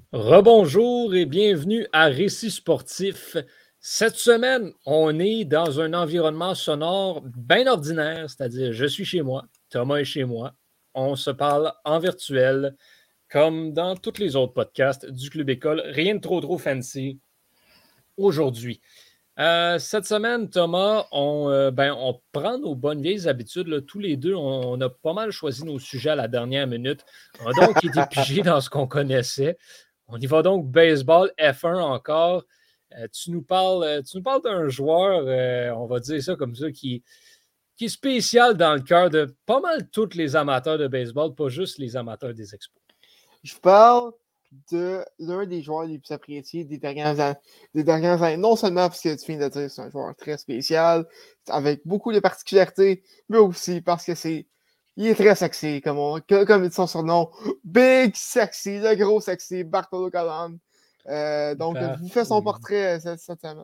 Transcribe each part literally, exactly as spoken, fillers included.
Rebonjour et bienvenue à Récit sportif. Cette semaine, on est dans un environnement sonore bien ordinaire, c'est-à-dire je suis chez moi, Thomas est chez moi. On se parle en virtuel, comme dans tous les autres podcasts du Club École. Rien de trop trop fancy aujourd'hui. Euh, cette semaine, Thomas, on, euh, ben, on prend nos bonnes vieilles habitudes. Là. Tous les deux, on, on a pas mal choisi nos sujets à la dernière minute. On a donc été pigés dans ce qu'on connaissait. On y va donc baseball F un encore. Euh, tu nous parles, euh, tu nous parles d'un joueur, euh, on va dire ça comme ça, qui, qui est spécial dans le cœur de pas mal tous les amateurs de baseball, pas juste les amateurs des expos. Je parle de l'un des joueurs les plus appréciés des dernières années. Des dernières années. Non seulement parce que tu viens de dire c'est un joueur très spécial, avec beaucoup de particularités, mais aussi parce que c'est. Il est très sexy, comme, on, comme dit son surnom. Big Sexy, le gros sexy, Bartolo Colon. Euh, donc, je vous fais son portrait cette, cette semaine.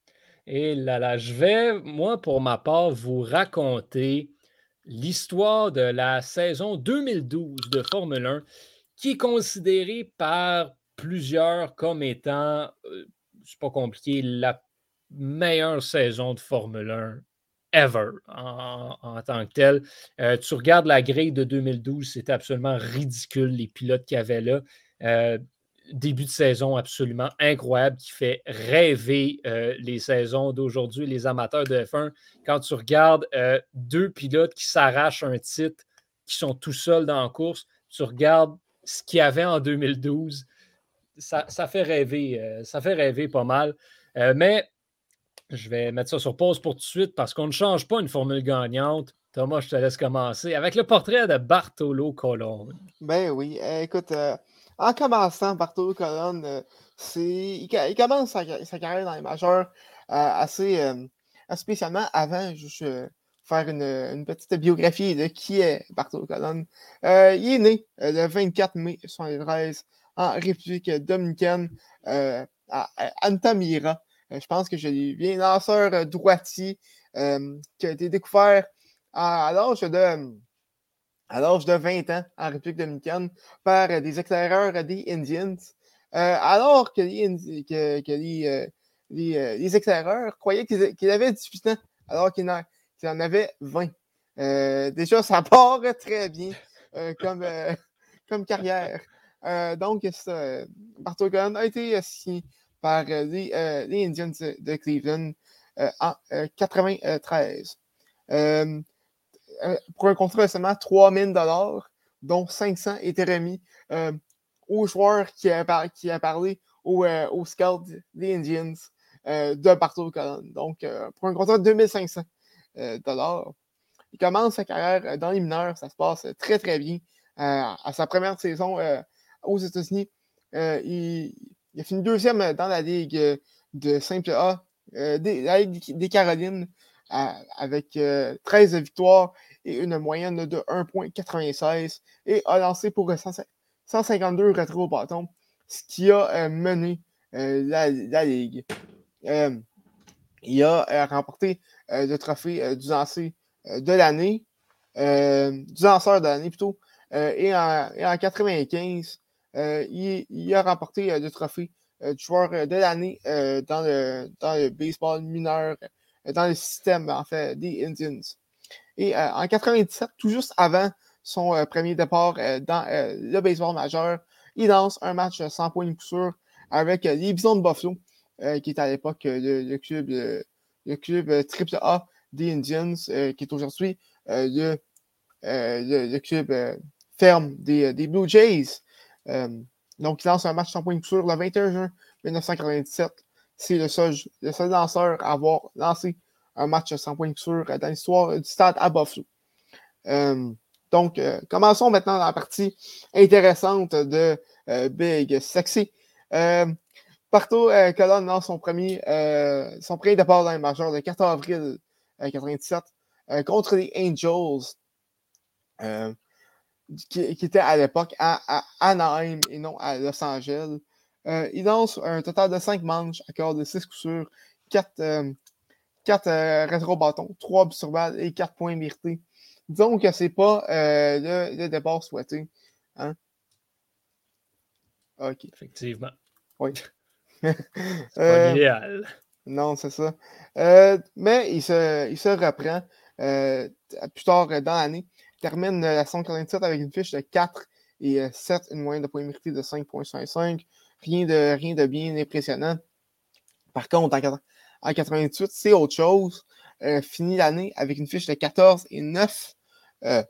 Et là, là, je vais, moi, pour ma part, vous raconter l'histoire de la saison deux mille douze de Formule un, qui est considérée par plusieurs comme étant, euh, c'est pas compliqué, la meilleure saison de Formule un ever en, en tant que telle. Euh, tu regardes la grille de deux mille douze, c'était absolument ridicule, les pilotes qu'il y avait là. Euh, début de saison absolument incroyable qui fait rêver euh, les saisons d'aujourd'hui, les amateurs de F un. Quand tu regardes euh, deux pilotes qui s'arrachent un titre, qui sont tout seuls dans la course, tu regardes ce qu'il y avait en deux mille douze, ça, ça fait rêver, euh, ça fait rêver pas mal. Euh, mais je vais mettre ça sur pause pour tout de suite parce qu'on ne change pas une formule gagnante. Thomas, je te laisse commencer avec le portrait de Bartolo Colon. Ben oui, euh, écoute, euh, en commençant, Bartolo Colon, euh, c'est, il, il, commence sa, sa, carrière dans les majeurs euh, assez, euh, assez spécialement avant juste euh, faire une, une, petite biographie de qui est Bartolo Colon. Euh, il est né euh, le vingt-quatre mai soixante-treize en République dominicaine euh, à, à Altamira. Euh, je pense que je l'ai bien lanceur euh, droitier euh, qui a été découvert à, à l'âge de à l'âge de vingt ans en République dominicaine par euh, des éclaireurs euh, des Indians, euh, alors que les, que, que les, euh, les, euh, les, éclaireurs croyaient qu'ils qu avaient dix-huit ans, alors qu'ils en, qu en avaient vingt. Euh, déjà, ça part très bien euh, comme, euh, comme carrière. Euh, donc, ça, Bartolo Colon a été signé par euh, les, euh, les Indians de Cleveland euh, en euh, quatre-vingt-treize. Euh, pour un contrat de seulement trois mille dollars, dont cinq cents étaient remis euh, au joueur qui a, par, qui a parlé au, euh, au scout des Indians euh, de Bartolo Colon. Donc, euh, pour un contrat de deux mille cinq cents dollars, il commence sa carrière dans les mineurs. Ça se passe très, très bien. Euh, à sa première saison euh, aux États-Unis, euh, il, il, a fini deuxième dans la Ligue de Simple A, euh, des, la Ligue des Carolines, avec euh, treize victoires et une moyenne de un virgule quatre-vingt-seize et a lancé pour cent cinquante-deux retraits au bâton, ce qui a euh, mené euh, la, la, Ligue. Euh, il a euh, remporté euh, le trophée euh, du lancer euh, de l'année, euh, du lanceur de l'année plutôt, euh, et, en, et en quatre-vingt-quinze, euh, il, il, a remporté euh, le trophée euh, du joueur de l'année euh, dans, le, dans le baseball mineur, dans le système, en fait, des Indians. Et euh, en quatre-vingt-dix-sept, tout juste avant son euh, premier départ euh, dans euh, le baseball majeur, il lance un match sans point de coup sûr avec euh, les Bisons de Buffalo, euh, qui est à l'époque euh, le, le, club, le, le club euh, triple A des Indians, euh, qui est aujourd'hui euh, le, euh, le, le, club euh, ferme des, des Blue Jays. Euh, donc, il lance un match sans point de coup sûr le vingt et un juin mille neuf cent quatre-vingt-dix-sept. C'est le seul, le seul lanceur à avoir lancé un match sans point de coup sûr dans l'histoire du stade à Buffalo. Euh, donc, euh, commençons maintenant dans la partie intéressante de euh, Big Sexy. Euh, Bartolo euh, Colon lance son premier, euh, son premier départ dans les majeurs le quatre avril euh, quatre-vingt-dix-sept euh, contre les Angels, euh, qui, qui étaient à l'époque à, à Anaheim et non à Los Angeles. Euh, il lance un total de cinq manches à cœur de six coups sûrs, quatre euh, quatre euh, rétro-bâtons, trois buts sur balle et quatre points mérités. Disons que c'est pas euh, le, le départ souhaité. Hein? OK. Effectivement. Oui. C'est pas Euh, l'idéal. non, c'est ça. Euh, mais il se, il se reprend euh, plus tard euh, dans l'année. Il termine euh, la saison quatre-vingt-dix-sept avec une fiche de quatre et euh, sept, une moyenne de points mérités de cinq virgule cinquante-cinq. Rien de, rien de bien impressionnant. Par contre, en, en quatre-vingt-dix-huit, c'est autre chose. Euh, finit l'année avec une fiche de quatorze et neuf euh,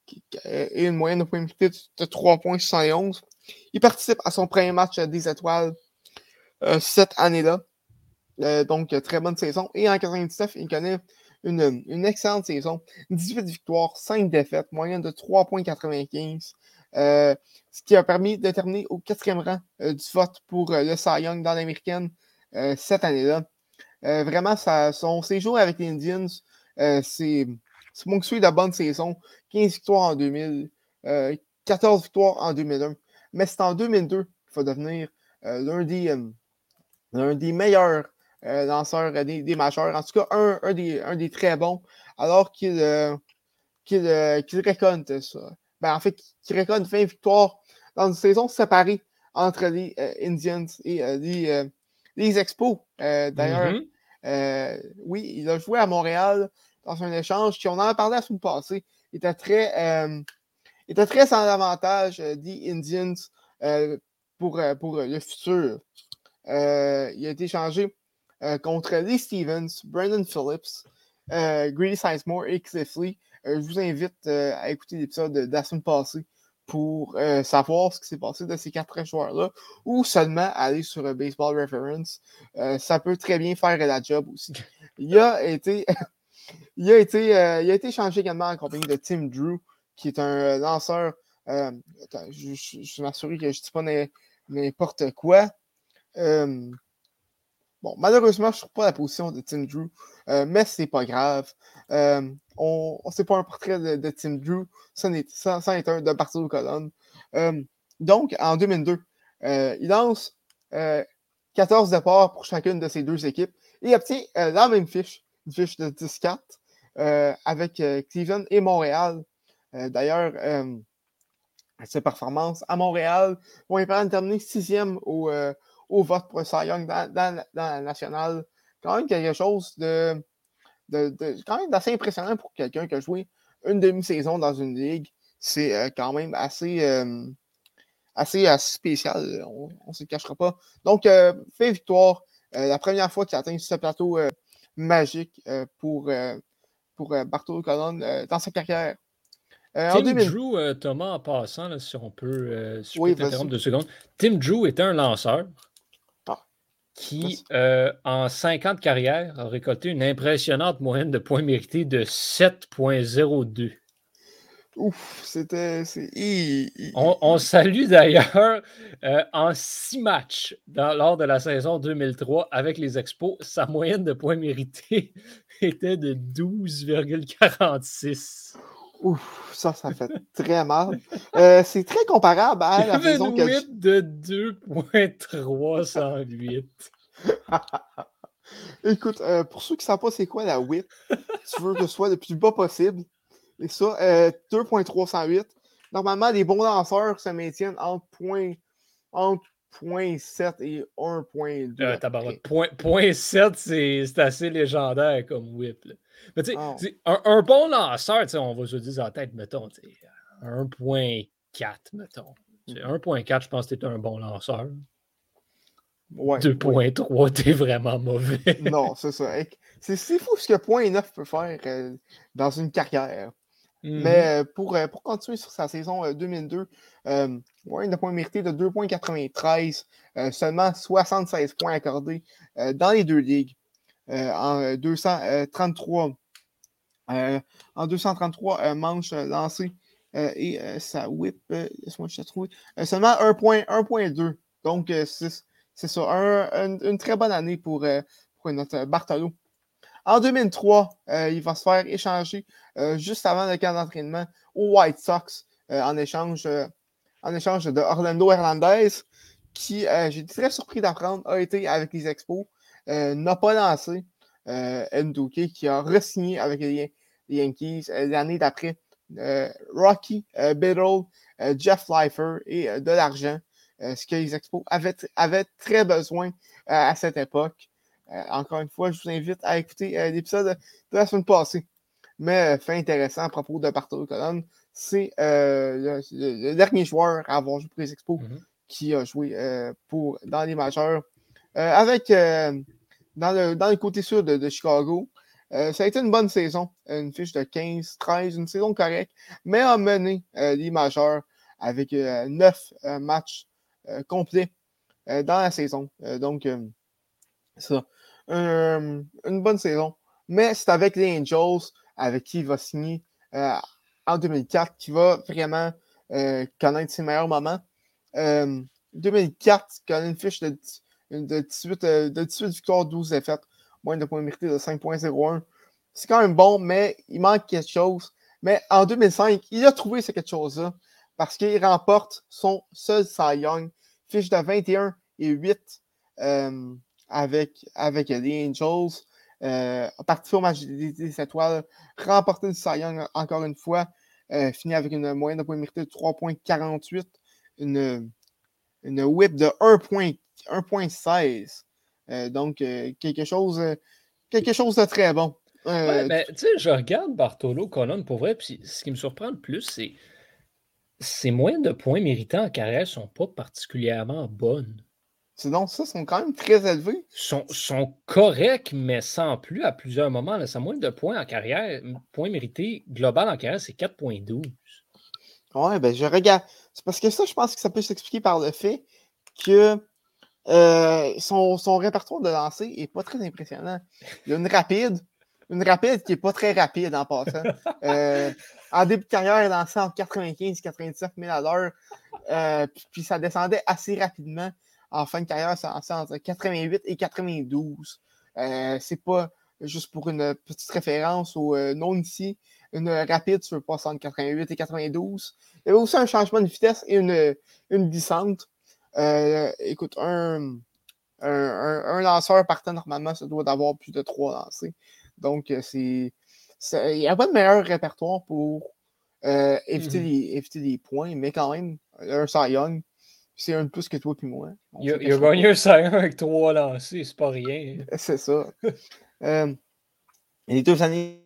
et une moyenne de points mérités de trois virgule soixante et onze. Il participe à son premier match des étoiles euh, cette année-là. Euh, donc, très bonne saison. Et en quatre-vingt-dix-neuf, il connaît une, une excellente saison. dix-huit victoires, cinq défaites, moyenne de trois virgule quatre-vingt-quinze. Euh, ce qui a permis de terminer au quatrième rang euh, du vote pour euh, le Cy Young dans l'américaine euh, cette année-là. Euh, vraiment, ça, son séjour avec les Indians, euh, c'est ponctué de bonne saison. quinze victoires en deux mille, euh, quatorze victoires en deux mille un. Mais c'est en deux mille deux qu'il va devenir euh, l'un des, euh, l'un des meilleurs euh, lanceurs euh, des, des majeurs. En tout cas, un, un, des, un des très bons, alors qu'il euh, qu'il, euh, qu'il récolte ça. Ben, en fait, qu'il récolte vingt victoires dans une saison séparée entre les euh, Indians et euh, les, euh, les Expos. Euh, d'ailleurs, Mm-hmm. euh, oui, il a joué à Montréal dans un échange qui, on en a parlé la semaine passée, était très, euh, était très sans avantage euh, des Indians euh, pour, euh, pour le futur. Euh, il a été échangé euh, contre Lee Stevens, Brandon Phillips, euh, Grady Sizemore et Cliff Lee. Euh, je vous invite euh, à écouter l'épisode de la semaine passée pour euh, savoir ce qui s'est passé de ces quatre joueurs-là ou seulement aller sur euh, Baseball Reference. Euh, ça peut très bien faire la job aussi. Il a été, il a été, euh, il a été échangé également en compagnie de Tim Drew, qui est un lanceur. Euh, attends, je, je, je vais m'assurer que je ne dis pas n'importe quoi. Euh, bon, malheureusement, je ne trouve pas la position de Tim Drew, euh, mais c'est pas grave. Euh, on ne sait pas un portrait de, de Tim Drew, ça n'est ça, ça est un de Bartolo Colon. Euh, donc, en deux mille deux, euh, il lance euh, quatorze départs pour chacune de ces deux équipes et obtient euh, la même fiche, une fiche de dix quatre, euh, avec euh, Cleveland et Montréal. Euh, D'ailleurs, euh, ses performances à Montréal vont lui permettre de terminer sixième au, euh, au vote pour le Cy Young dans, dans, dans la nationale. Quand même quelque chose de, de, de quand même d'assez impressionnant pour quelqu'un qui a joué une demi-saison dans une ligue. C'est euh, quand même assez, euh, assez, assez spécial, on ne se le cachera pas. Donc, euh, fait victoire, euh, la première fois qu'il atteint ce plateau euh, magique euh, pour, euh, pour euh, Bartolo Colon euh, dans sa carrière. Euh, en Tim deux mille... Drew, euh, Thomas, en passant, là, si on peut, euh, si je peux Oui, t'interrompre vas-y. deux secondes. Tim Drew était un lanceur Ah, qui, euh, en cinq ans de carrière, a récolté une impressionnante moyenne de points mérités de sept virgule zéro deux. Ouf, c'était. C'est... I, I, On, I, on salue d'ailleurs euh, en six matchs dans, lors de la saison deux mille trois avec les Expos, sa moyenne de points mérités était de douze virgule quarante-six. Ouf, ça, ça fait très mal. Euh, c'est très comparable à Il la avait saison une que. whip de deux virgule trois cent huit. Écoute, euh, pour ceux qui ne savent pas c'est quoi la whip, tu veux que ce soit le plus bas possible. Et ça, euh, deux virgule trois cent huit. Normalement, les bons lanceurs se maintiennent entre, point, entre zéro virgule sept et un virgule deux Euh, à peu tabarouette. près. Point, point sept, c'est, c'est assez légendaire comme whip. Là. Mais tu Oh. sais, un, un bon lanceur, on va se dire en tête, mettons, un virgule quatre, mettons. Mm-hmm. un virgule quatre, je pense que tu es un bon lanceur. Ouais, deux virgule trois, ouais. T'es vraiment mauvais. Non, c'est ça. C'est, c'est fou ce que zéro virgule neuf peut faire euh, dans une carrière. Mm-hmm. Mais euh, pour, euh, pour continuer sur sa saison euh, deux mille deux, euh, ouais, une points mérités de deux virgule quatre-vingt-treize, euh, seulement soixante-seize points accordés euh, dans les deux ligues. Euh, en deux cent trente-trois, euh, en deux cent trente-trois euh, manches lancées euh, et euh, sa whip, euh, laisse-moi je te trouve, euh, seulement un virgule deux. Donc, euh, c'est, c'est ça, un, un, une très bonne année pour, euh, pour notre Bartolo. En deux mille trois, euh, il va se faire échanger euh, juste avant le camp d'entraînement aux White Sox euh, en, échange, euh, en échange de Orlando Hernandez, qui, euh, j'ai été très surpris d'apprendre, a été avec les Expos, euh, n'a pas lancé euh, Nduke, qui a re-signé avec les, les Yankees euh, l'année d'après. Euh, Rocky euh, Biddle, euh, Jeff Leifer et euh, de l'argent. euh, ce que les Expos avaient, avaient très besoin euh, à cette époque. Euh, encore une fois, je vous invite à écouter euh, l'épisode de la semaine passée. Mais euh, fait intéressant à propos de Bartolo Colon, c'est euh, le, le, le dernier joueur à avoir joué pour les Expos mm-hmm. qui a joué euh, pour, dans les majeurs. Euh, avec euh, dans, le, dans le côté sud de, de Chicago, euh, ça a été une bonne saison, une fiche de quinze treize, une saison correcte, mais a mené euh, les majeurs avec euh, neuf euh, matchs euh, complets euh, dans la saison. Euh, donc, euh, ça, euh, une bonne saison. Mais c'est avec les Angels, avec qui il va signer euh, en deux mille quatre, qui va vraiment euh, connaître ses meilleurs moments. Euh, deux mille quatre, il connaît une fiche de, de, dix-huit, de dix-huit victoires, douze défaites, moins de points mérités de cinq virgule zéro un. C'est quand même bon, mais il manque quelque chose. Mais en deux mille cinq, il a trouvé ce quelque chose-là parce qu'il remporte son seul Cy Young, fiche de vingt et un et huit euh, avec, avec les Angels. Euh, participer au match des, des étoiles, remporter le Cy Young encore une fois, euh, fini avec une moyenne de points mérités de trois virgule quarante-huit, une, une whip de un virgule seize. Euh, donc, euh, quelque, chose, euh, quelque chose de très bon. Euh, ouais, mais tu sais, je regarde Bartolo Colon pour vrai, puis ce qui me surprend le plus, c'est ses moyennes de points méritants en carrière ne sont pas particulièrement bonnes. Sinon, ça, sont quand même très élevés. Sont, sont corrects, mais sans plus à plusieurs moments. Là, sa moyenne de points en carrière, points mérités global en carrière, c'est quatre virgule douze. Ouais, ben je regarde. C'est parce que ça, je pense que ça peut s'expliquer par le fait que euh, son, son répertoire de lancer n'est pas très impressionnant. Il y a une rapide, une rapide qui n'est pas très rapide en passant. Euh, en début de carrière, il lançait entre quatre-vingt-quinze et quatre-vingt-dix-neuf mille à l'heure. Euh, puis, puis ça descendait assez rapidement. En fin de carrière, ça lançait entre quatre-vingt-huit et quatre-vingt-douze. Euh, c'est pas juste pour une petite référence au euh, non ici, une rapide sur passe entre quatre-vingt-huit et quatre-vingt-douze. Il y avait aussi un changement de vitesse et une, une descente. Euh, écoute, un, un, un, un lanceur partant normalement, ça doit avoir plus de trois lancers. Donc, c'est, c'est, il n'y a pas de meilleur répertoire pour euh, éviter, mm-hmm. les, éviter les points, mais quand même, un Cy Young, c'est un de plus que toi puis moi. On il a, il a gagné un Cy Young avec trois lancers, c'est pas rien. C'est ça. euh, les deux années.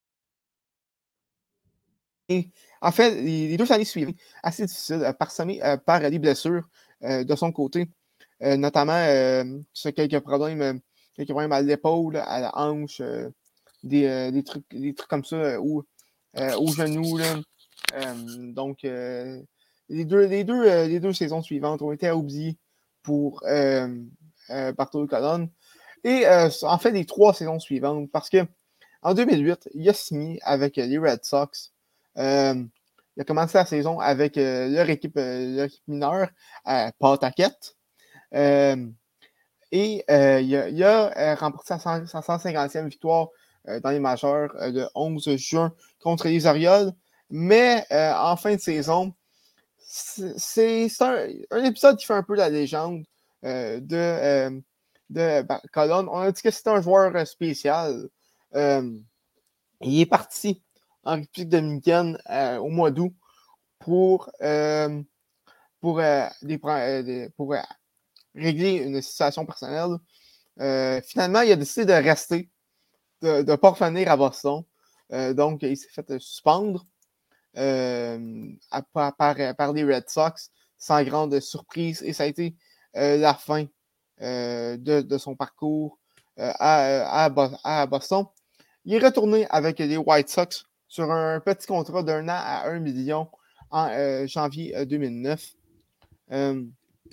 En fait, les, les deux années suivantes, assez difficiles, parsemées euh, par les blessures euh, de son côté. Euh, notamment euh, sur quelques problèmes, euh, quelques problèmes à l'épaule, à la hanche, euh, des, euh, des, trucs, des trucs comme ça, euh, ou euh, au genou. Là. Euh, donc, euh, les, deux, les, deux, euh, les deux saisons suivantes ont été oubliées pour euh, euh, Bartolo Colon. Et euh, en fait, les trois saisons suivantes, parce que en deux mille huit, il a signé avec les Red Sox. Euh, il a commencé la saison avec euh, leur, équipe, euh, leur équipe mineure, euh, Pawtucket. Euh, et euh, il a, il a euh, remporté sa, sa cent cinquantième victoire euh, dans les majeurs euh, le onze juin contre les Orioles. Mais euh, en fin de saison, c'est, c'est un, un épisode qui fait un peu la légende euh, de, euh, de ben, Colon. On a dit que c'était un joueur spécial. Euh, il est parti en République dominicaine euh, au mois d'août pour, euh, pour, euh, des, euh, pour euh, régler une situation personnelle. Euh, finalement, il a décidé de rester, de ne pas revenir à Boston. Euh, donc, il s'est fait suspendre euh, à, par, par les Red Sox sans grande surprise. Et ça a été euh, la fin euh, de, de son parcours euh, à, à, à Boston. Il est retourné avec les White Sox sur un petit contrat d'un an à un million en euh, janvier deux mille neuf. Euh,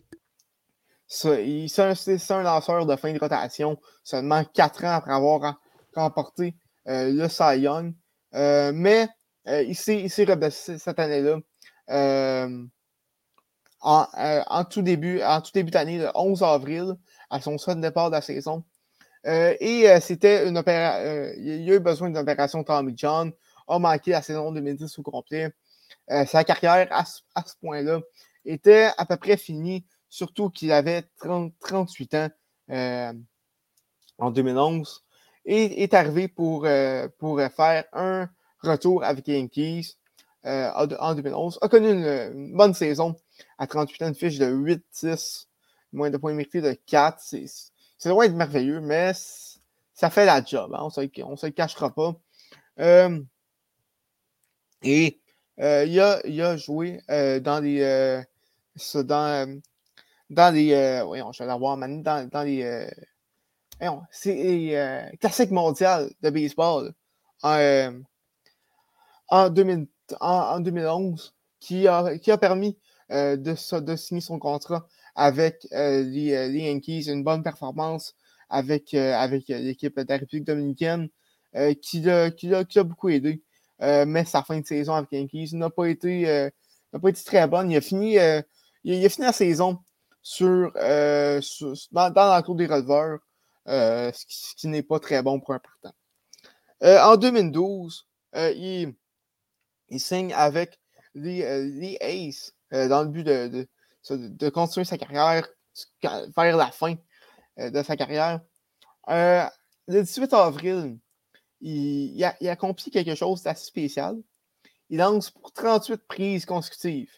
C'est, c'est, un, c'est un lanceur de fin de rotation seulement quatre ans après avoir remporté euh, le Cy Young. Euh, mais euh, il, s'est, il s'est reblessé cette année-là. Euh, en, euh, en, tout début, en tout début d'année, le onze avril, à son seul départ de la saison. Euh, et euh, c'était une opération. Euh, il y a eu besoin d'une opération Tommy John. A manqué la saison deux mille dix au complet. Euh, sa carrière à ce, à ce point-là était à peu près finie. Surtout qu'il avait trente, trente-huit ans euh, en deux mille onze et est arrivé pour, euh, pour faire un retour avec les Yankees. euh, en deux mille onze. A connu une, une bonne saison à trente-huit ans, une fiche de huit six, moins de points mérités de quatre. C'est, c'est loin d'être merveilleux, mais ça fait la job. Hein, on ne se le cachera pas. Euh, et euh, il, a, il a joué euh, dans les... Euh, dans, dans les... Euh, voyons, je vais l'avoir maintenant. Dans, dans les... Euh, voyons, c'est euh, classique mondial de baseball en, euh, en, deux mille, en, en deux mille onze qui a, qui a permis euh, de, de signer son contrat avec euh, les, les Yankees. Une bonne performance avec, euh, avec l'équipe de la République dominicaine euh, qui, l'a, qui, l'a, qui l'a beaucoup aidé. Euh, mais sa fin de saison avec les Yankees n'a pas été, euh, n'a pas été très bonne. Il a fini, euh, il, a, il a fini la saison sur, euh, sur, dans, dans l'entour des releveurs, euh, ce, qui, ce qui n'est pas très bon pour un partant. Euh, en deux mille douze, euh, il, il signe avec les, euh, les Aces euh, dans le but de, de, de continuer sa carrière vers la fin euh, de sa carrière. Euh, le dix-huit avril, il, il, a, il accomplit quelque chose d'assez spécial. Il lance pour trente-huit prises consécutives.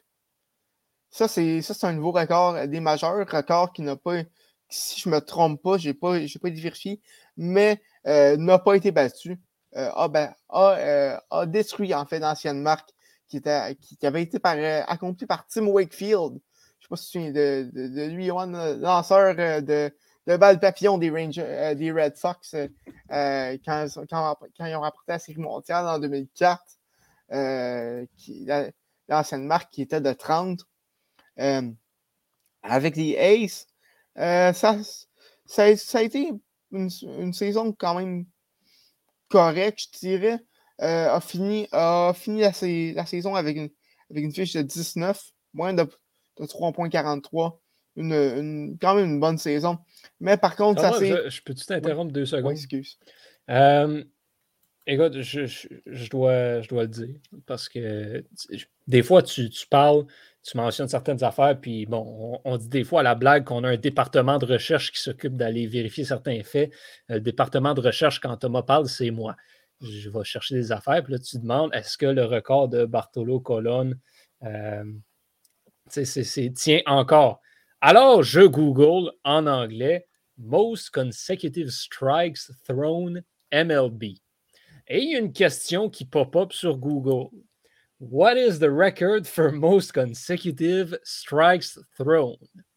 Ça, c'est, ça, c'est un nouveau record des majeurs, record qui n'a pas, si je ne me trompe pas, je n'ai pas, pas été vérifié, mais euh, n'a pas été battu. Euh, a, ben, a, euh, a détruit en fait l'ancienne marque qui, était, qui, qui avait été par, euh, accomplie par Tim Wakefield. Je ne sais pas si tu viens de, de, de lui, Johan, lanceur euh, de, de balles papillon des, Rangers, euh, des Red Sox euh, quand, quand, quand ils ont rapporté la Série mondiale en deux mille quatre. Euh, qui, la, l'ancienne marque qui était de trente. Euh, avec les Aces, euh, ça, ça, a, ça a été une, une saison quand même correcte, je dirais. Euh, a fini, a fini la, la saison avec une, avec une fiche de dix-neuf, moins de, de trois virgule quarante-trois. Une, une, quand même une bonne saison. Mais par contre, Thomas, ça c'est. Je, je peux-tu t'interrompre oui. deux secondes? Oui, excuse. Euh, écoute, je, je, je, dois, je dois le dire, parce que tu, des fois, tu, tu parles, tu mentionnes certaines affaires, puis bon, on, on dit des fois à la blague qu'on a un département de recherche qui s'occupe d'aller vérifier certains faits. Le département de recherche, quand Thomas parle, c'est moi. Je vais chercher des affaires, puis là, tu demandes, est-ce que le record de Bartolo Colon euh, c'est, c'est, tient encore? Alors, je Google en anglais « Most Consecutive Strikes Thrown M L B ». Et il y a une question qui pop-up sur Google. What is the record for most consecutive strikes thrown?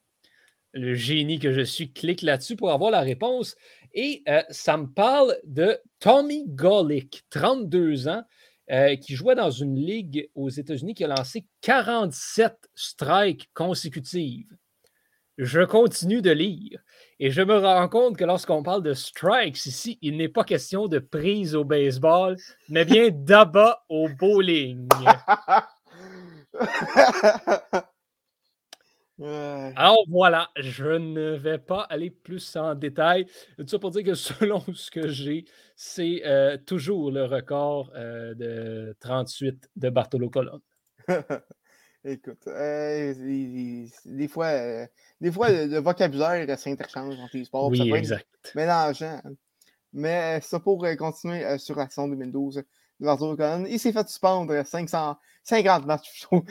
Le génie que je suis clique là-dessus pour avoir la réponse. Et euh, ça me parle de Tommy Golick, trente-deux ans, euh, qui jouait dans une ligue aux États-Unis qui a lancé quarante-sept strikes consécutives. Je continue de lire et je me rends compte que lorsqu'on parle de strikes ici, il n'est pas question de prise au baseball, mais bien d'abat au bowling. Alors voilà, je ne vais pas aller plus en détail. Tout ça pour dire que selon ce que j'ai, c'est euh, toujours le record euh, de trente-huit de Bartolo Colon. Écoute, euh, des, des fois, euh, des fois le, le vocabulaire s'interchange entre les sports. Oui, ça peut exact. être mélangeant. Mais ça pour euh, continuer euh, sur la saison deux mille douze de Bartolo Colon, il s'est fait suspendre cinq cent cinquante matchs au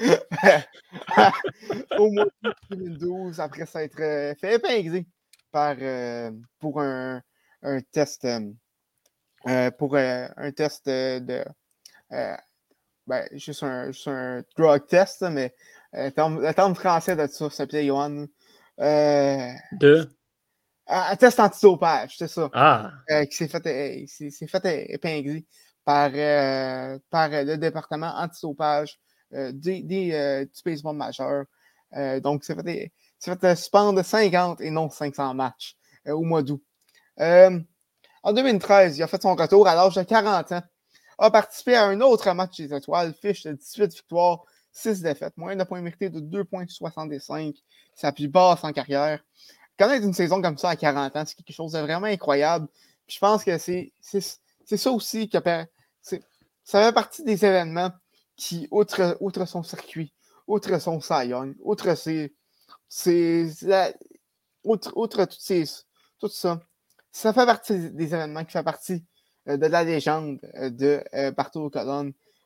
mois de deux mille douze après s'être euh, fait épingler par, euh, pour un, un test euh, pour euh, un test de, de euh, ben, juste un, juste un drug test, mais euh, terme, le terme français de ça s'appelait Johan. Euh, de? Un test antidopage, c'est ça. Ah. Euh, qui s'est fait, euh, s'est, s'est fait épingler par, euh, par le département antidopage euh, des, des, euh, du baseball majeur. Euh, donc, c'est fait, c'est fait suspendre cinquante et non cinq cents matchs euh, au mois d'août. Euh, en deux mille treize, il a fait son retour à l'âge de quarante ans. A participé à un autre match des étoiles, fiche de dix-huit victoires, six défaites, moins de points mérités de deux virgule soixante-cinq, sa plus basse en carrière. Connaître une saison comme ça à quarante ans, c'est quelque chose de vraiment incroyable. Puis je pense que c'est, c'est, c'est ça aussi que c'est, ça fait partie des événements qui, outre, outre son circuit, outre son Cy Young, outre ses, ses la, outre, outre tout, ces, tout ça, ça fait partie des événements qui fait partie euh, de la légende euh, de euh, Bartolo Colon.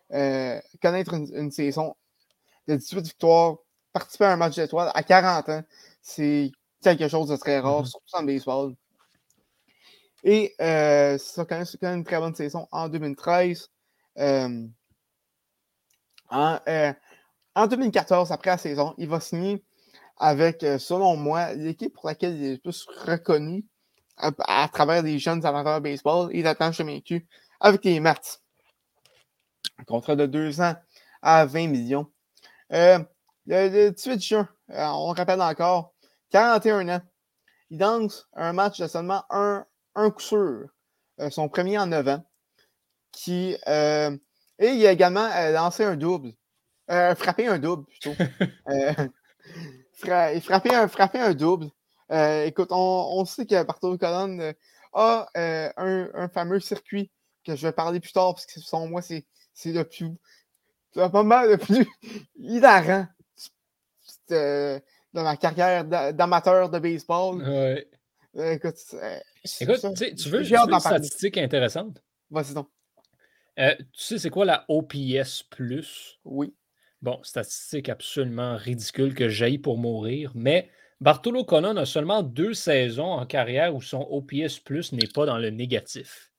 euh, connaître une, une saison de dix-huit victoires, participer à un match d'étoiles à quarante ans, c'est quelque chose de très rare, Mm-hmm. surtout en baseball. Et euh, ça, quand même, c'est quand même une très bonne saison en deux mille treize. Euh, en, euh, en deux mille quatorze, après la saison, il va signer avec, euh, selon moi, l'équipe pour laquelle il est le plus reconnu à, à travers des jeunes amateurs de baseball. Il attend chez M Q avec les Mets. Un contrat de deux ans à vingt millions. Euh, le, le dix-huit juin, euh, on rappelle encore, quarante et un ans. Il danse un match de seulement un, un coup sûr, euh, son premier en neuf ans. Qui, euh, et il a également euh, lancé un double. Euh, frappé un double, plutôt. euh, fra il frappé un, frappé un double. Euh, écoute, on, on sait que Bartolo Colon euh, a euh, un, un fameux circuit que je vais parler plus tard, parce que selon moi, c'est le plus. C'est pas mal le plus hilarant de, de ma carrière d'amateur de baseball. Ouais. Euh, écoute, écoute tu veux, j'ai tu hâte veux d'en une parler. statistique intéressante? Vas-y donc. Euh, tu sais, c'est quoi la O P S plus? Oui. Bon, statistique absolument ridicule que j'aille pour mourir, mais Bartolo Colon a seulement deux saisons en carrière où son O P S plus n'est pas dans le négatif.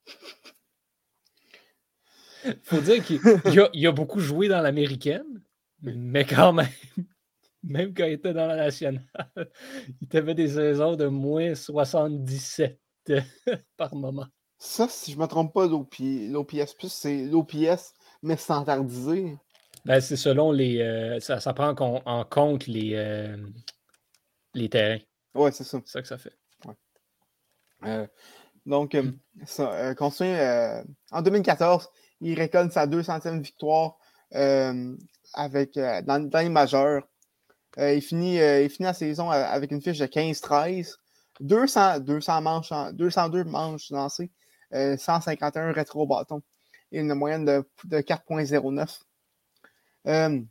Faut dire qu'il il a, il a beaucoup joué dans l'américaine, Oui. mais quand même, même quand il était dans la nationale, il avait des saisons de moins soixante-dix-sept par moment. Ça, si je ne me trompe pas, l'O P S plus, c'est l'O P S, mais standardisé. Ben, c'est selon les. Euh, ça, ça prend en, en compte les, euh, les terrains. Ouais, c'est ça. C'est ça que ça fait. Ouais. Euh, donc, euh, ça, euh, continue, euh, en deux mille quatorze, il récolte sa deux centième victoire euh, avec, euh, dans, dans les majeurs. Euh, il, finit, euh, il finit la saison avec une fiche de quinze treize, deux cents, deux cents manches, deux cent deux manches lancées, euh, cent cinquante et un rétro-bâtons et une moyenne de, de quatre virgule zéro neuf. Euh,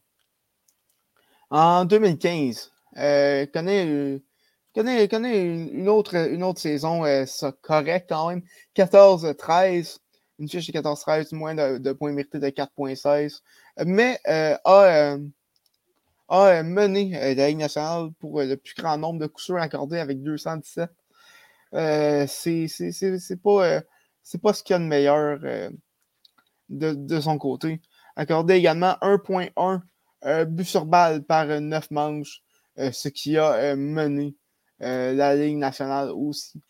en deux mille quinze, euh, connaît, connaît, connaît une, une, autre, une autre saison euh, ça, correcte quand même. quatorze treize, une fiche de quatorze treize, moins de, de points mérités de quatre virgule seize, mais euh, a, euh, a mené euh, la Ligue nationale pour euh, le plus grand nombre de coups sûrs accordés avec deux cent dix-sept. Euh, c'est pas, euh, pas ce qu'il y a de meilleur euh, de, de son côté. Accordé également un virgule un euh, but sur balle par euh, neuf manches, euh, ce qui a euh, mené euh, la Ligue nationale aussi.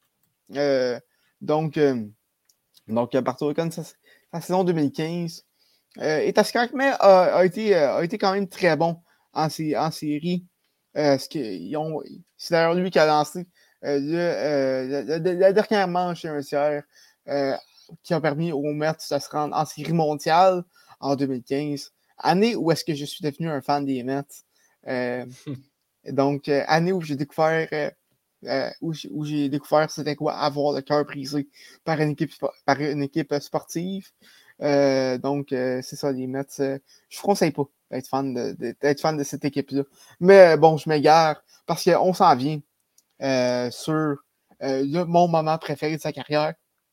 Euh, donc, euh, donc, à partir de sa, sa saison deux mille quinze, euh, et Tascrac, mais a, a, été, a été quand même très bon en, en série. Euh, c'est d'ailleurs lui qui a lancé euh, le, euh, la, la, la dernière manche et un tiers euh, qui a permis aux Mets de se rendre en série mondiale en deux mille quinze. Année où est-ce que je suis devenu un fan des Mets. Euh, donc, euh, année où j'ai découvert euh, euh, où j'ai découvert c'était quoi avoir le cœur brisé par une équipe, par une équipe sportive. Euh, donc, euh, c'est ça, les Mets. Euh, je ne vous conseille pas d'être fan de, de, fan de cette équipe-là. Mais bon, je m'égare parce qu'on s'en vient euh, sur euh, le, mon moment préféré de sa carrière.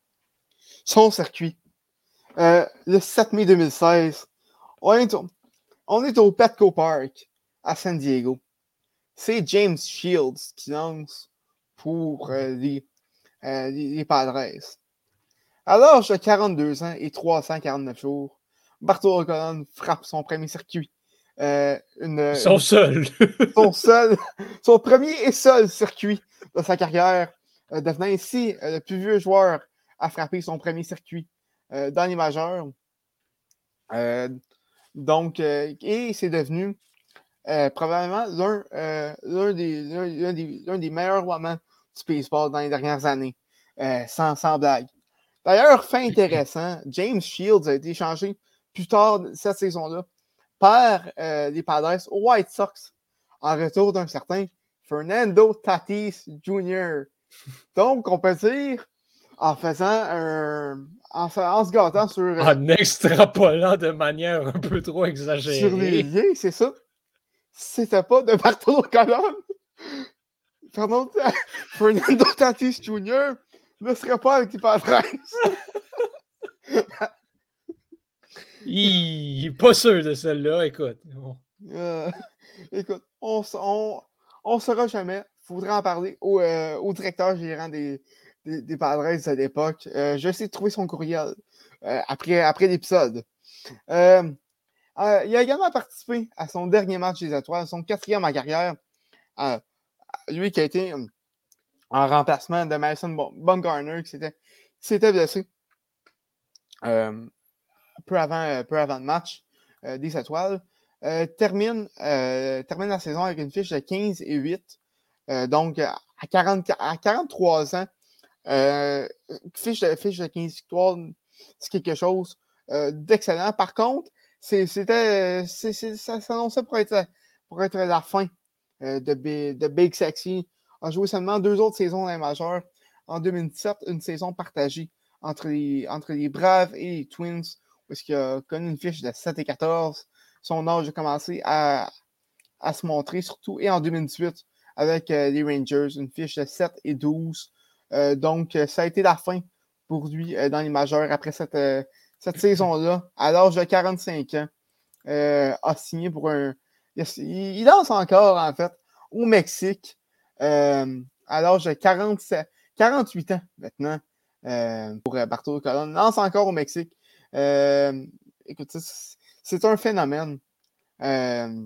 Son circuit. Euh, le sept mai deux mille seize, on est au, on est au Petco Park à San Diego. C'est James Shields qui lance pour euh, les, euh, les, les Padres. À l'âge de quarante-deux ans et trois cent quarante-neuf jours, Bartolo Colon frappe son premier circuit. Euh, une, son une, seul. son seul. Son premier et seul circuit de sa carrière, euh, devenant ainsi euh, le plus vieux joueur à frapper son premier circuit euh, dans les majeurs. Euh, donc, euh, et c'est devenu euh, probablement l'un euh, des, des, des meilleurs moments du baseball dans les dernières années, euh, sans, sans blague. D'ailleurs, fait intéressant, James Shields a été échangé plus tard cette saison-là par euh, les Padres aux White Sox en retour d'un certain Fernando Tatis junior Donc, on peut dire, en faisant un. En, en se gâtant sur. Euh, en extrapolant de manière un peu trop exagérée. Sur les liens, c'est ça. C'était pas de Bartolo Colon. Fernando, Fernando Tatis junior ne serait pas avec les Padres. Il n'est pas sûr de celle-là, écoute. Bon. Euh, écoute, on ne saura jamais. Il faudra en parler au, euh, au directeur gérant des, des, des Padres de l'époque. Euh, je vais essayer de trouver son courriel euh, après, après l'épisode. Euh, euh, il a également participé à son dernier match des Étoiles, son quatrième en carrière. Euh, lui qui a été euh, en remplacement de Madison Bumgarner, qui s'était, qui s'était blessé euh, peu, avant, peu avant le match euh, des Étoiles. Euh, termine, euh, termine la saison avec une fiche de quinze et huit. Euh, donc, à, quarante, à quarante-trois ans, euh, fiche, de, fiche de quinze victoires, c'est quelque chose euh, d'excellent. Par contre, c'est, c'était, c'est, c'est, ça s'annonçait pour être, pour être la fin euh, de, B, de Big Sexy. A joué seulement deux autres saisons dans les majeures. En deux mille dix-sept, une saison partagée entre les, entre les Braves et les Twins, où il a connu une fiche de sept et quatorze. Son âge a commencé à, à se montrer, surtout, et en deux mille dix-huit, avec euh, les Rangers, une fiche de sept et douze. Euh, donc, ça a été la fin pour lui euh, dans les majeures après cette, euh, cette saison-là, à l'âge de quarante-cinq ans. Euh, a signé pour un. Il, il lance encore, en fait, au Mexique, euh, à l'âge de quarante-sept, quarante-huit ans maintenant, euh, pour euh, Bartolo Colon. Il lance encore au Mexique. Euh, écoute, c'est, c'est un phénomène. Euh,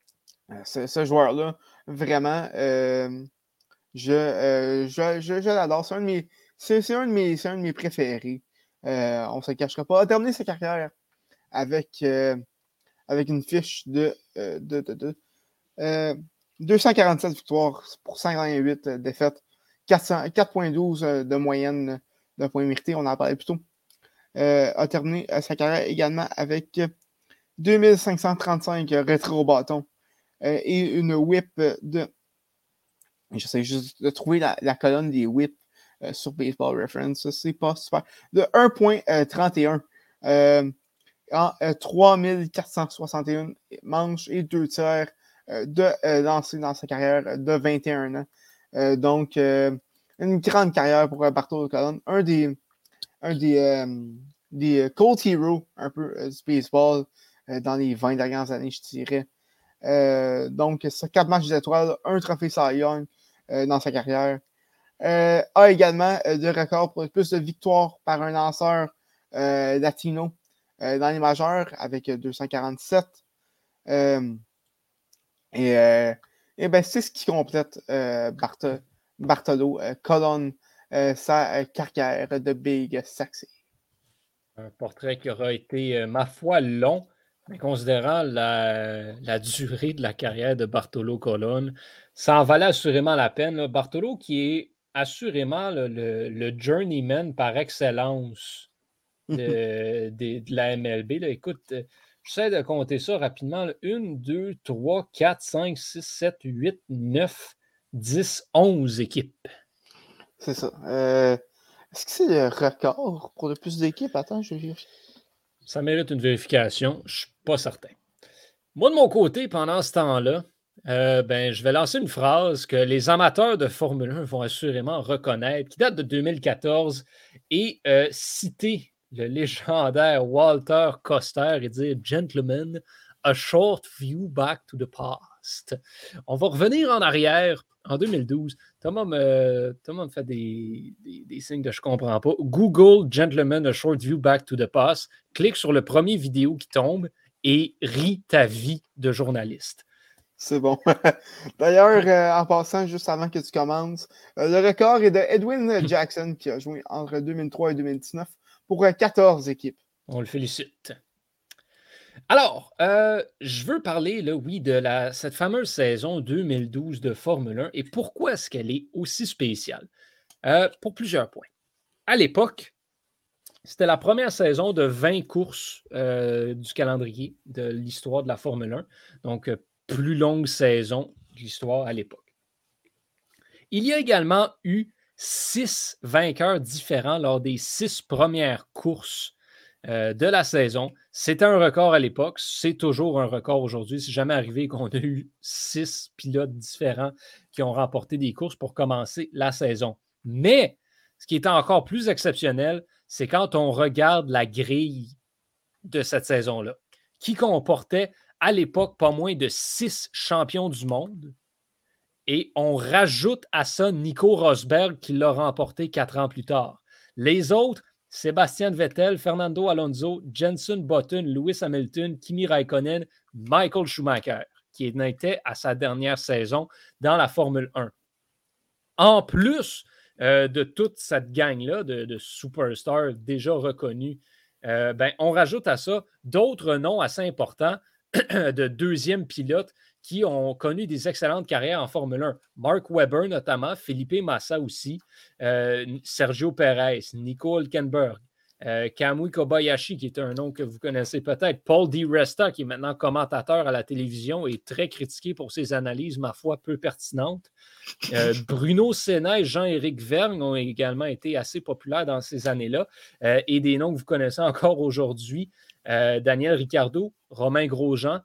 ce, ce joueur-là, vraiment, euh, je, euh, je, je, je l'adore. C'est un de mes, c'est, c'est un de mes, c'est un de mes préférés. Euh, on ne se cachera pas. Il a terminé sa carrière avec, euh, avec une fiche de, euh, de, de, de euh, deux cent quarante-sept victoires pour cinquante-huit défaites, quatre virgule douze de moyenne de points mérités, on en parlait plus tôt. Euh, a terminé sa carrière également avec deux mille cinq cent trente-cinq rétro bâtons euh, et une whip de. J'essaie juste de trouver la, la colonne des whips euh, sur Baseball Reference. Ça, c'est pas super. De un virgule trente et un euh, en euh, trois mille quatre cent soixante et un manches et deux tiers euh, de euh, lancés dans sa carrière de vingt et un ans. Euh, donc, euh, une grande carrière pour euh, Bartolo Colon. Un des, un des, euh, des Cold Hero un peu euh, du baseball euh, dans les vingt dernières années, je dirais. Euh, donc, sur quatre matchs d'étoiles, un trophée Cy Young euh, dans sa carrière. Euh, a également euh, le record pour le plus de victoires par un lanceur euh, latino euh, dans les majeurs avec deux cent quarante-sept. Euh, et euh, et ben, c'est ce qui complète euh, Bart- Bartolo euh, Colon, euh, sa euh, carrière de Big Sexy. Un portrait qui aura été, euh, ma foi, long, mais considérant la, la durée de la carrière de Bartolo Colon, ça en valait assurément la peine. Là. Bartolo qui est assurément le, le, le journeyman par excellence de, de, de la M L B. Là. Écoute, euh, j'essaie de compter ça rapidement. Là. Une, deux, trois, quatre, cinq, six, sept, huit, neuf, dix, onze équipes. C'est ça. Euh, est-ce que c'est le record pour le plus d'équipes? Attends, je vais vérifier. Ça mérite une vérification. Je ne suis pas certain. Moi, de mon côté, pendant ce temps-là, euh, ben, je vais lancer une phrase que les amateurs de Formule un vont assurément reconnaître, qui date de deux mille quatorze, et euh, citer le légendaire Walter Koster et dire « Gentlemen, a short view back to the past ». On va revenir en arrière, en deux mille douze. Thomas me, Thomas me fait des, des, des signes que je ne comprends pas. Google « Gentlemen, a short view back to the past ». Clique sur le premier vidéo qui tombe et ris ta vie de journaliste. C'est bon. D'ailleurs, euh, en passant, juste avant que tu commences, euh, le record est de Edwin Jackson qui a joué entre deux mille trois et deux mille dix-neuf pour euh, quatorze équipes. On le félicite. Alors, euh, je veux parler, là, oui, de la, cette fameuse saison deux mille douze de Formule un et pourquoi est-ce qu'elle est aussi spéciale? Euh, pour plusieurs points. À l'époque, c'était la première saison de vingt courses euh, du calendrier de l'histoire de la Formule un. Donc, euh, plus longue saison de l'histoire à l'époque. Il y a également eu six vainqueurs différents lors des six premières courses euh, de la saison. C'était un record à l'époque. C'est toujours un record aujourd'hui. C'est jamais arrivé qu'on a eu six pilotes différents qui ont remporté des courses pour commencer la saison. Mais ce qui est encore plus exceptionnel, c'est quand on regarde la grille de cette saison-là, qui comportait à l'époque pas moins de six champions du monde. Et on rajoute à ça Nico Rosberg qui l'a remporté quatre ans plus tard. Les autres, Sébastien Vettel, Fernando Alonso, Jenson Button, Lewis Hamilton, Kimi Raikkonen, Michael Schumacher, qui était à sa dernière saison dans la Formule un. En plus euh, de toute cette gang-là de, de superstars déjà reconnus, euh, ben, on rajoute à ça d'autres noms assez importants de deuxième pilote qui ont connu des excellentes carrières en Formule un. Mark Webber notamment, Felipe Massa aussi, euh, Sergio Perez, Nico Hülkenberg, euh, Kamui Kobayashi, qui est un nom que vous connaissez peut-être, Paul Di Resta, qui est maintenant commentateur à la télévision et très critiqué pour ses analyses, ma foi, peu pertinentes. Euh, Bruno Senna et Jean-Éric Vergne ont également été assez populaires dans ces années-là. Euh, et des noms que vous connaissez encore aujourd'hui, euh, Daniel Ricciardo, Romain Grosjean.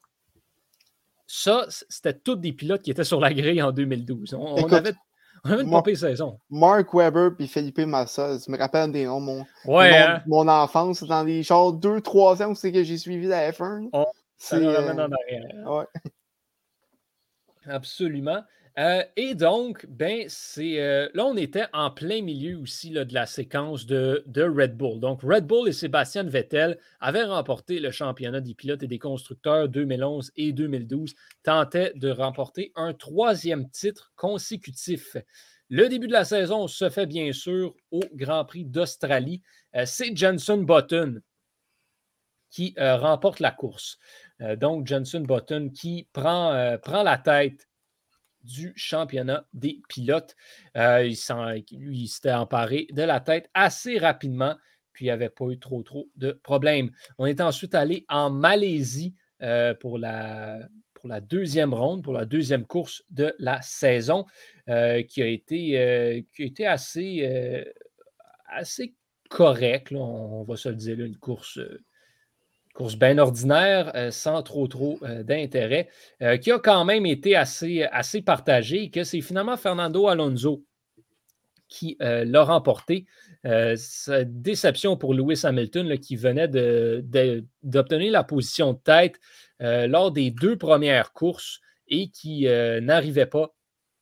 Ça, c'était tous des pilotes qui étaient sur la grille en deux mille douze. On, Écoute, on avait, on avait une Mar- pompée saison. Mark Webber et Felipe Massa, je me rappelle des noms. Mon, ouais, mon, hein? mon enfance, dans les genre deux trois ans où c'est que j'ai suivi la F un. On, c'est ça ramène en arrière. Ouais. Absolument. Euh, et donc, ben, c'est euh, là, on était en plein milieu aussi là, de la séquence de, de Red Bull. Donc, Red Bull et Sébastien Vettel avaient remporté le championnat des pilotes et des constructeurs deux mille onze et deux mille douze, tentaient de remporter un troisième titre consécutif. Le début de la saison se fait bien sûr au Grand Prix d'Australie. Euh, c'est Jenson Button qui euh, remporte la course. Euh, donc, Jenson Button qui prend, euh, prend la tête du championnat des pilotes. Euh, il, lui, il s'était emparé de la tête assez rapidement, puis il n'y avait pas eu trop, trop de problèmes. On est ensuite allé en Malaisie euh, pour, la, pour la deuxième ronde, pour la deuxième course de la saison, euh, qui, a été, euh, qui a été assez, euh, assez correcte, là, on, on va se le dire, là, une course... Euh, course bien ordinaire, euh, sans trop trop euh, d'intérêt, euh, qui a quand même été assez, assez partagée et que c'est finalement Fernando Alonso qui euh, l'a remporté. Euh, déception pour Lewis Hamilton là, qui venait de, de, d'obtenir la position de tête euh, lors des deux premières courses et qui euh, n'arrivait pas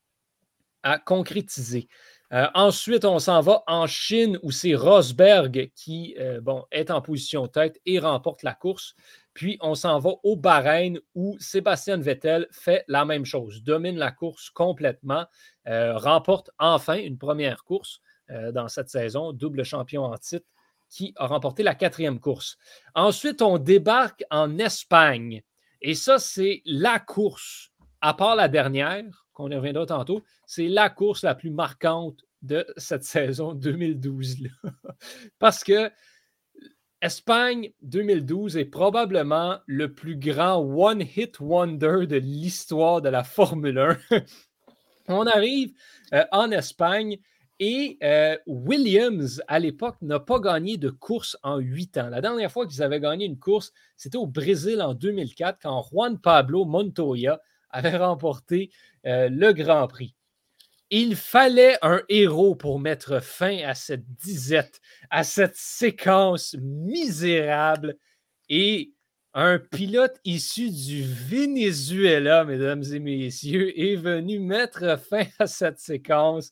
à concrétiser. Euh, ensuite, on s'en va en Chine où c'est Rosberg qui euh, bon, est en position tête et remporte la course. Puis, on s'en va au Bahreïn où Sébastien Vettel fait la même chose, domine la course complètement, euh, remporte enfin une première course euh, dans cette saison, double champion en titre, qui a remporté la quatrième course. Ensuite, on débarque en Espagne. Et ça, c'est la course, à part la dernière, qu'on y reviendra tantôt, c'est la course la plus marquante de cette saison deux mille douze-là. Parce que Espagne deux mille douze est probablement le plus grand one-hit wonder de l'histoire de la Formule un. On arrive euh, en Espagne et euh, Williams, à l'époque, n'a pas gagné de course en huit ans. La dernière fois qu'ils avaient gagné une course, c'était au Brésil en deux mille quatre, quand Juan Pablo Montoya avait remporté euh, le Grand Prix. Il fallait un héros pour mettre fin à cette disette, à cette séquence misérable. Et un pilote issu du Venezuela, mesdames et messieurs, est venu mettre fin à cette séquence.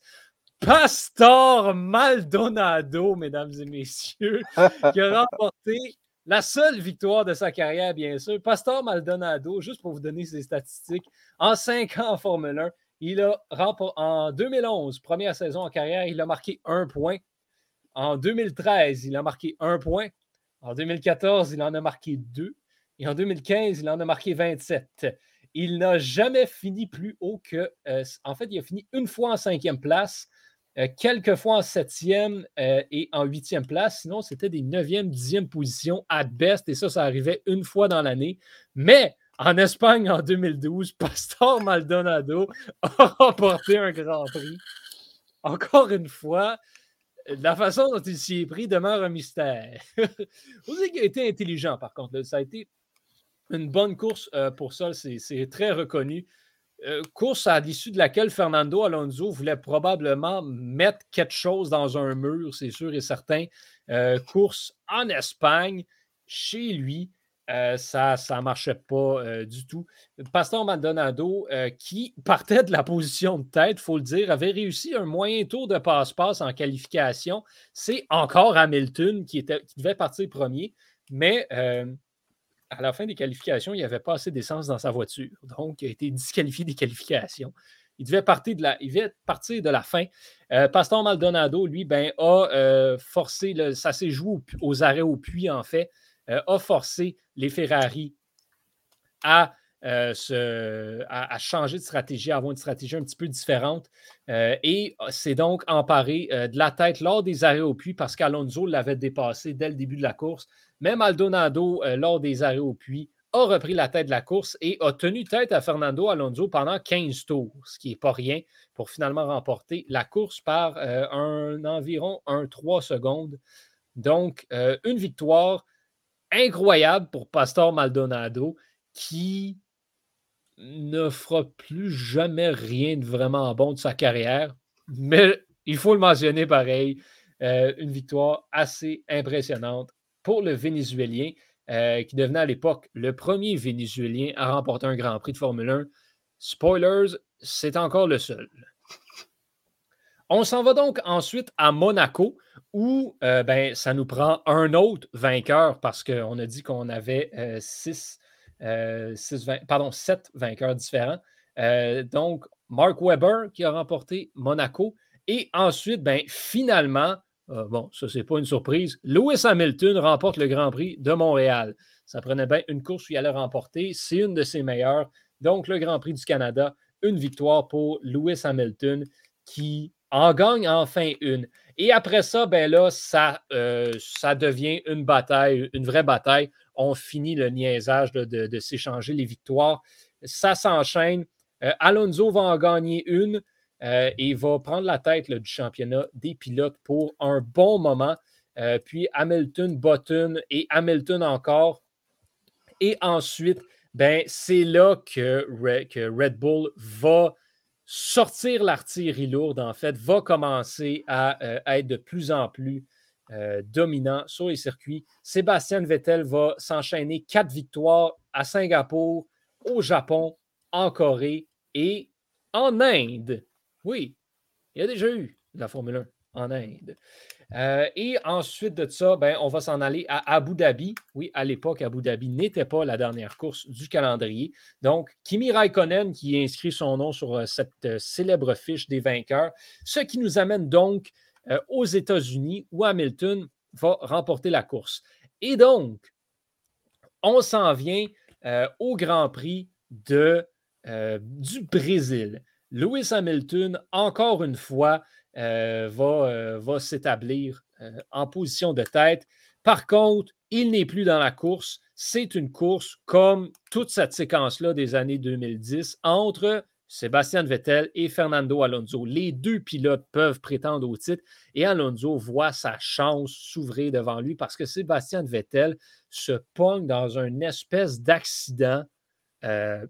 Pastor Maldonado, mesdames et messieurs, qui a remporté la seule victoire de sa carrière, bien sûr. Pastor Maldonado, juste pour vous donner ses statistiques, en cinq ans en Formule un, il a remporté en deux mille onze, première saison en carrière, il a marqué un point. En deux mille treize, il a marqué un point. En deux mille quatorze, il en a marqué deux. Et en deux mille quinze, il en a marqué vingt-sept. Il n'a jamais fini plus haut que... Euh, en fait, il a fini une fois en cinquième place, euh, quelques fois en septième euh, et en huitième place. Sinon, c'était des neuvième, dixième positions at best. Et ça, ça arrivait une fois dans l'année. Mais en Espagne, en deux mille douze, Pastor Maldonado a remporté un Grand Prix. Encore une fois, la façon dont il s'y est pris demeure un mystère. Vous savez qu'il a été intelligent, par contre. Là. Ça a été une bonne course euh, pour ça. C'est, c'est très reconnu. Euh, course à l'issue de laquelle Fernando Alonso voulait probablement mettre quelque chose dans un mur, c'est sûr et certain. Euh, course en Espagne. chez lui, euh, ça ne marchait pas euh, du tout. Pastor Maldonado, euh, qui partait de la position de tête, il faut le dire, avait réussi un moyen tour de passe-passe en qualification. C'est encore Hamilton qui, était, qui devait partir premier, mais euh, à la fin des qualifications, il n'y avait pas assez d'essence dans sa voiture. Donc, il a été disqualifié des qualifications. Il devait partir de la, il devait partir de la fin. Euh, Pastor Maldonado, lui, ben, a euh, forcé, le, ça s'est joué aux, aux arrêts au puits, en fait, euh, a forcé les Ferrari à, euh, se, à, à changer de stratégie, à avoir une stratégie un petit peu différente. Euh, et s'est donc emparé euh, de la tête lors des arrêts au puits parce qu'Alonso l'avait dépassé dès le début de la course. Même Maldonado, euh, lors des arrêts au puits, a repris la tête de la course et a tenu tête à Fernando Alonso pendant quinze tours, ce qui n'est pas rien pour finalement remporter la course par euh, un, environ un trois secondes. Donc, euh, une victoire incroyable pour Pastor Maldonado qui ne fera plus jamais rien de vraiment bon de sa carrière, mais il faut le mentionner pareil, euh, une victoire assez impressionnante pour le Vénézuélien, euh, qui devenait à l'époque le premier Vénézuélien à remporter un Grand Prix de Formule un. Spoilers, c'est encore le seul. On s'en va donc ensuite à Monaco, où euh, ben, ça nous prend un autre vainqueur, parce qu'on a dit qu'on avait euh, six, euh, six, pardon, sept vainqueurs différents. Euh, donc, Mark Webber qui a remporté Monaco. Et ensuite, ben, finalement, euh, bon, ça, c'est pas une surprise, Lewis Hamilton remporte le Grand Prix de Montréal. Ça prenait bien une course où il allait remporter. C'est une de ses meilleures. Donc, le Grand Prix du Canada, une victoire pour Lewis Hamilton qui en gagne enfin une. Et après ça, ben là, ça, euh, ça devient une bataille, une vraie bataille. On finit le niaisage de, de, de s'échanger les victoires. Ça s'enchaîne. Euh, Alonso va en gagner une euh, et va prendre la tête là, du championnat des pilotes pour un bon moment. Euh, puis Hamilton, Button et Hamilton encore. Et ensuite, ben, c'est là que, que Red Bull va sortir l'artillerie lourde, en fait, va commencer à, euh, à être de plus en plus euh, dominant sur les circuits. Sébastien Vettel va s'enchaîner quatre victoires à Singapour, au Japon, en Corée et en Inde. Oui, il y a déjà eu de la Formule un en Inde. Euh, et ensuite de ça, ben, on va s'en aller à Abu Dhabi. Oui, à l'époque, Abu Dhabi n'était pas la dernière course du calendrier. Donc, Kimi Raikkonen qui inscrit son nom sur euh, cette euh, célèbre fiche des vainqueurs, ce qui nous amène donc euh, aux États-Unis où Hamilton va remporter la course. Et donc, on s'en vient euh, au Grand Prix de, euh, du Brésil. Lewis Hamilton, encore une fois, euh, va, euh, va s'établir euh, en position de tête. Par contre, il n'est plus dans la course. C'est une course comme toute cette séquence-là des années deux mille dix entre Sébastien Vettel et Fernando Alonso. Les deux pilotes peuvent prétendre au titre et Alonso voit sa chance s'ouvrir devant lui parce que Sébastien Vettel se pogne dans une espèce d'accident euh,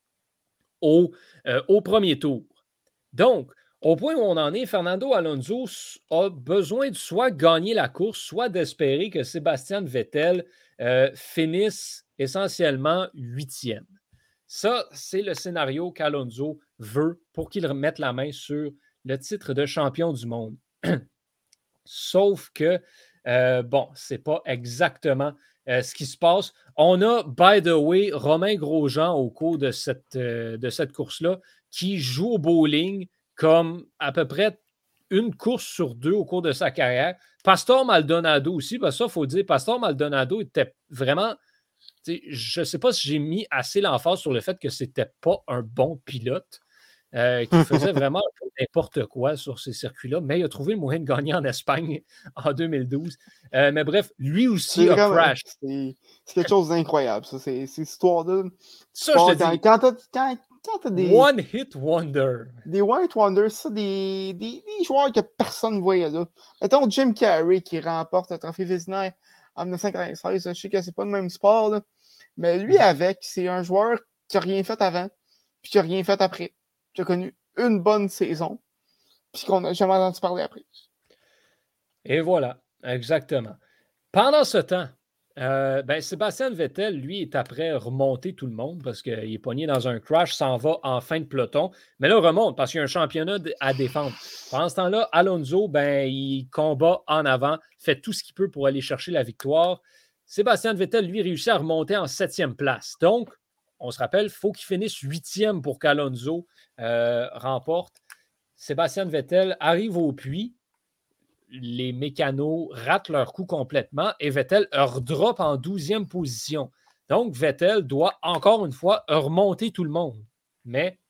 au, euh, au premier tour. Donc, au point où on en est, Fernando Alonso a besoin de soit gagner la course, soit d'espérer que Sébastien Vettel euh, finisse essentiellement huitième. Ça, c'est le scénario qu'Alonso veut pour qu'il remette la main sur le titre de champion du monde. Sauf que, euh, bon, ce n'est pas exactement euh, ce qui se passe. On a, by the way, Romain Grosjean au cours de cette, euh, de cette course-là qui joue au bowling comme à peu près une course sur deux au cours de sa carrière. Pastor Maldonado aussi, parce que ça, il faut dire, Pastor Maldonado était vraiment... Je ne sais pas si j'ai mis assez l'emphase sur le fait que ce n'était pas un bon pilote, euh, qui faisait vraiment n'importe quoi sur ces circuits-là, mais il a trouvé le moyen de gagner en Espagne en deux mille douze. Euh, mais bref, lui aussi a vraiment, crash. C'est, c'est quelque chose d'incroyable, ça. C'est, c'est histoire-là. Ça, je te quand, dis. Quand t'as, quand, quand t'as des... One hit wonder. Des White Wonders, ça, des, des, des joueurs que personne ne voyait là. Mettons Jim Carrey qui remporte le trophée Vézina en dix-neuf cent quatre-vingt-seize. Je sais que c'est pas le même sport, là. Mais lui, avec, c'est un joueur qui n'a rien fait avant, puis qui n'a rien fait après. Qui a connu une bonne saison, puis qu'on n'a jamais entendu parler après. Et voilà, exactement. Pendant ce temps, Euh, ben, Sébastien Vettel, lui, est après remonter tout le monde parce qu'il est pogné dans un crash, s'en va en fin de peloton. Mais là, remonte parce qu'il y a un championnat à défendre. Pendant ce temps-là, Alonso, ben, il combat en avant, fait tout ce qu'il peut pour aller chercher la victoire. Sébastien Vettel, lui, réussit à remonter en septième place. Donc, on se rappelle, il faut qu'il finisse huitième pour qu'Alonso euh, remporte. Sébastien Vettel arrive au puits. Les mécanos ratent leur coup complètement et Vettel redrop en douzième position. Donc, Vettel doit encore une fois remonter tout le monde. Mais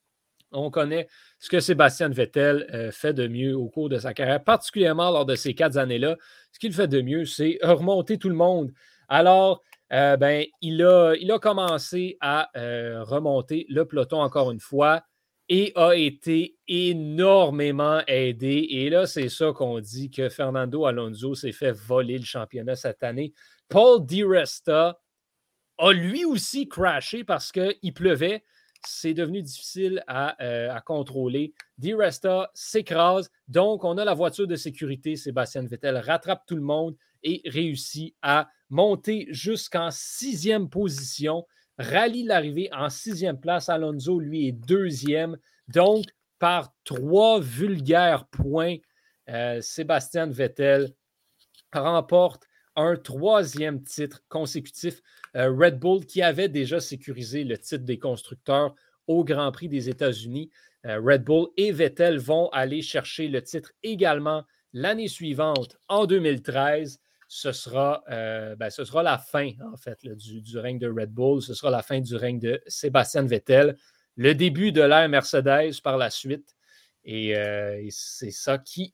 on connaît ce que Sébastien Vettel euh, fait de mieux au cours de sa carrière, particulièrement lors de ces quatre années-là. Ce qu'il fait de mieux, c'est remonter tout le monde. Alors, euh, ben, il, a, il a commencé à euh, remonter le peloton encore une fois et a été énormément aidé. Et là, c'est ça qu'on dit que Fernando Alonso s'est fait voler le championnat cette année. Paul Di Resta a lui aussi crashé parce qu'il pleuvait. C'est devenu difficile à, euh, à contrôler. Di Resta s'écrase. Donc, on a la voiture de sécurité. Sébastien Vettel rattrape tout le monde et réussit à monter jusqu'en sixième position. Rallye l'arrivée en sixième place. Alonso, lui, est deuxième. Donc, par trois vulgaires points, euh, Sébastien Vettel remporte un troisième titre consécutif. Euh, Red Bull, qui avait déjà sécurisé le titre des constructeurs au Grand Prix des États-Unis. Euh, Red Bull et Vettel vont aller chercher le titre également l'année suivante, en deux mille treize. Ce sera, euh, ben, ce sera la fin, en fait, là, du, du règne de Red Bull. Ce sera la fin du règne de Sébastien Vettel. Le début de l'ère Mercedes par la suite. Et, euh, et c'est ça qui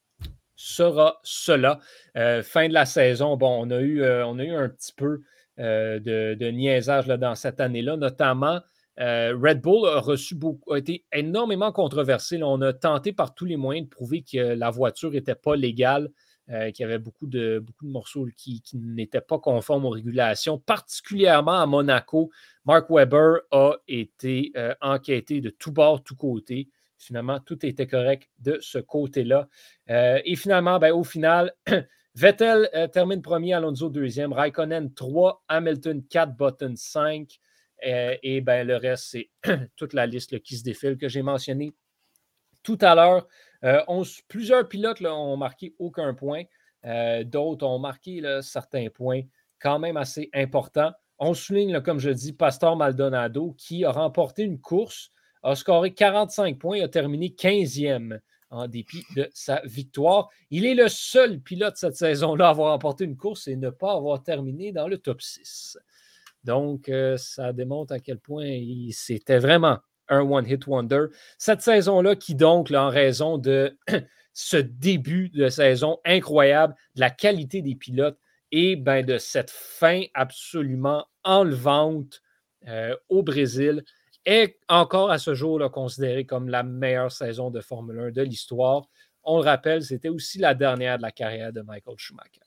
sera cela. Euh, fin de la saison, bon, on a eu, euh, on a eu un petit peu euh, de, de niaisage là, dans cette année-là, notamment euh, Red Bull a reçu beaucoup, a été énormément controversé. Là, on a tenté par tous les moyens de prouver que la voiture n'était pas légale, euh, qu'il y avait beaucoup de, beaucoup de morceaux qui, qui n'étaient pas conformes aux régulations, particulièrement à Monaco. Mark Webber a été euh, enquêté de tous bords, tous côtés. Finalement, tout était correct de ce côté-là. Euh, et finalement, ben, au final, Vettel euh, termine premier, Alonso deuxième, Raikkonen trois, Hamilton quatre, Button cinq. Euh, et ben, le reste, c'est toute la liste là, qui se défile que j'ai mentionnée tout à l'heure. Euh, on, plusieurs pilotes là, ont marqué aucun point. Euh, d'autres ont marqué là, certains points quand même assez importants. On souligne, là, comme je dis, Pastor Maldonado qui a remporté une course, a scoré quarante-cinq points et a terminé quinzième en dépit de sa victoire. Il est le seul pilote cette saison-là à avoir remporté une course et ne pas avoir terminé dans le top six. Donc, euh, ça démontre à quel point il, c'était vraiment un one-hit wonder. Cette saison-là qui donc, là, en raison de ce début de saison incroyable, de la qualité des pilotes et ben, de cette fin absolument enlevante euh, au Brésil, est encore à ce jour là, considérée comme la meilleure saison de Formule un de l'histoire. On le rappelle, c'était aussi la dernière de la carrière de Michael Schumacher.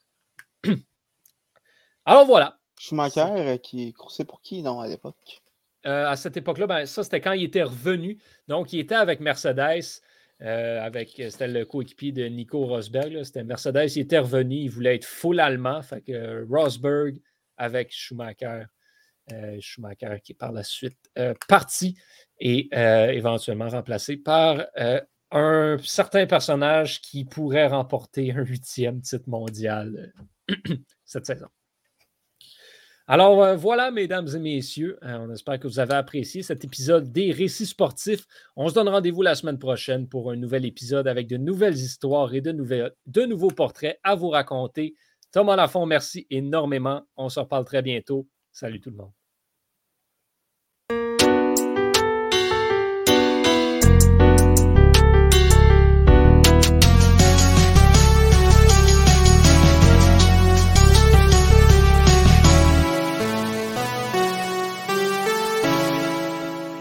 Alors voilà. Schumacher euh, qui coursait pour qui, non, à l'époque? Euh, à cette époque-là, ben, ça, c'était quand il était revenu. Donc, il était avec Mercedes. Euh, avec, c'était le coéquipier de Nico Rosberg. Là. C'était Mercedes. Il était revenu. Il voulait être full allemand. Fait que euh, Rosberg avec Schumacher. Euh, Schumacher qui est par la suite euh, parti et euh, éventuellement remplacé par euh, un certain personnage qui pourrait remporter un huitième titre mondial euh, cette saison. Alors euh, voilà, mesdames et messieurs, euh, on espère que vous avez apprécié cet épisode des Récits sportifs. On se donne rendez-vous la semaine prochaine pour un nouvel épisode avec de nouvelles histoires et de, nouvelles, de nouveaux portraits à vous raconter. Thomas Lafont, merci énormément. On se reparle très bientôt. Salut tout le monde.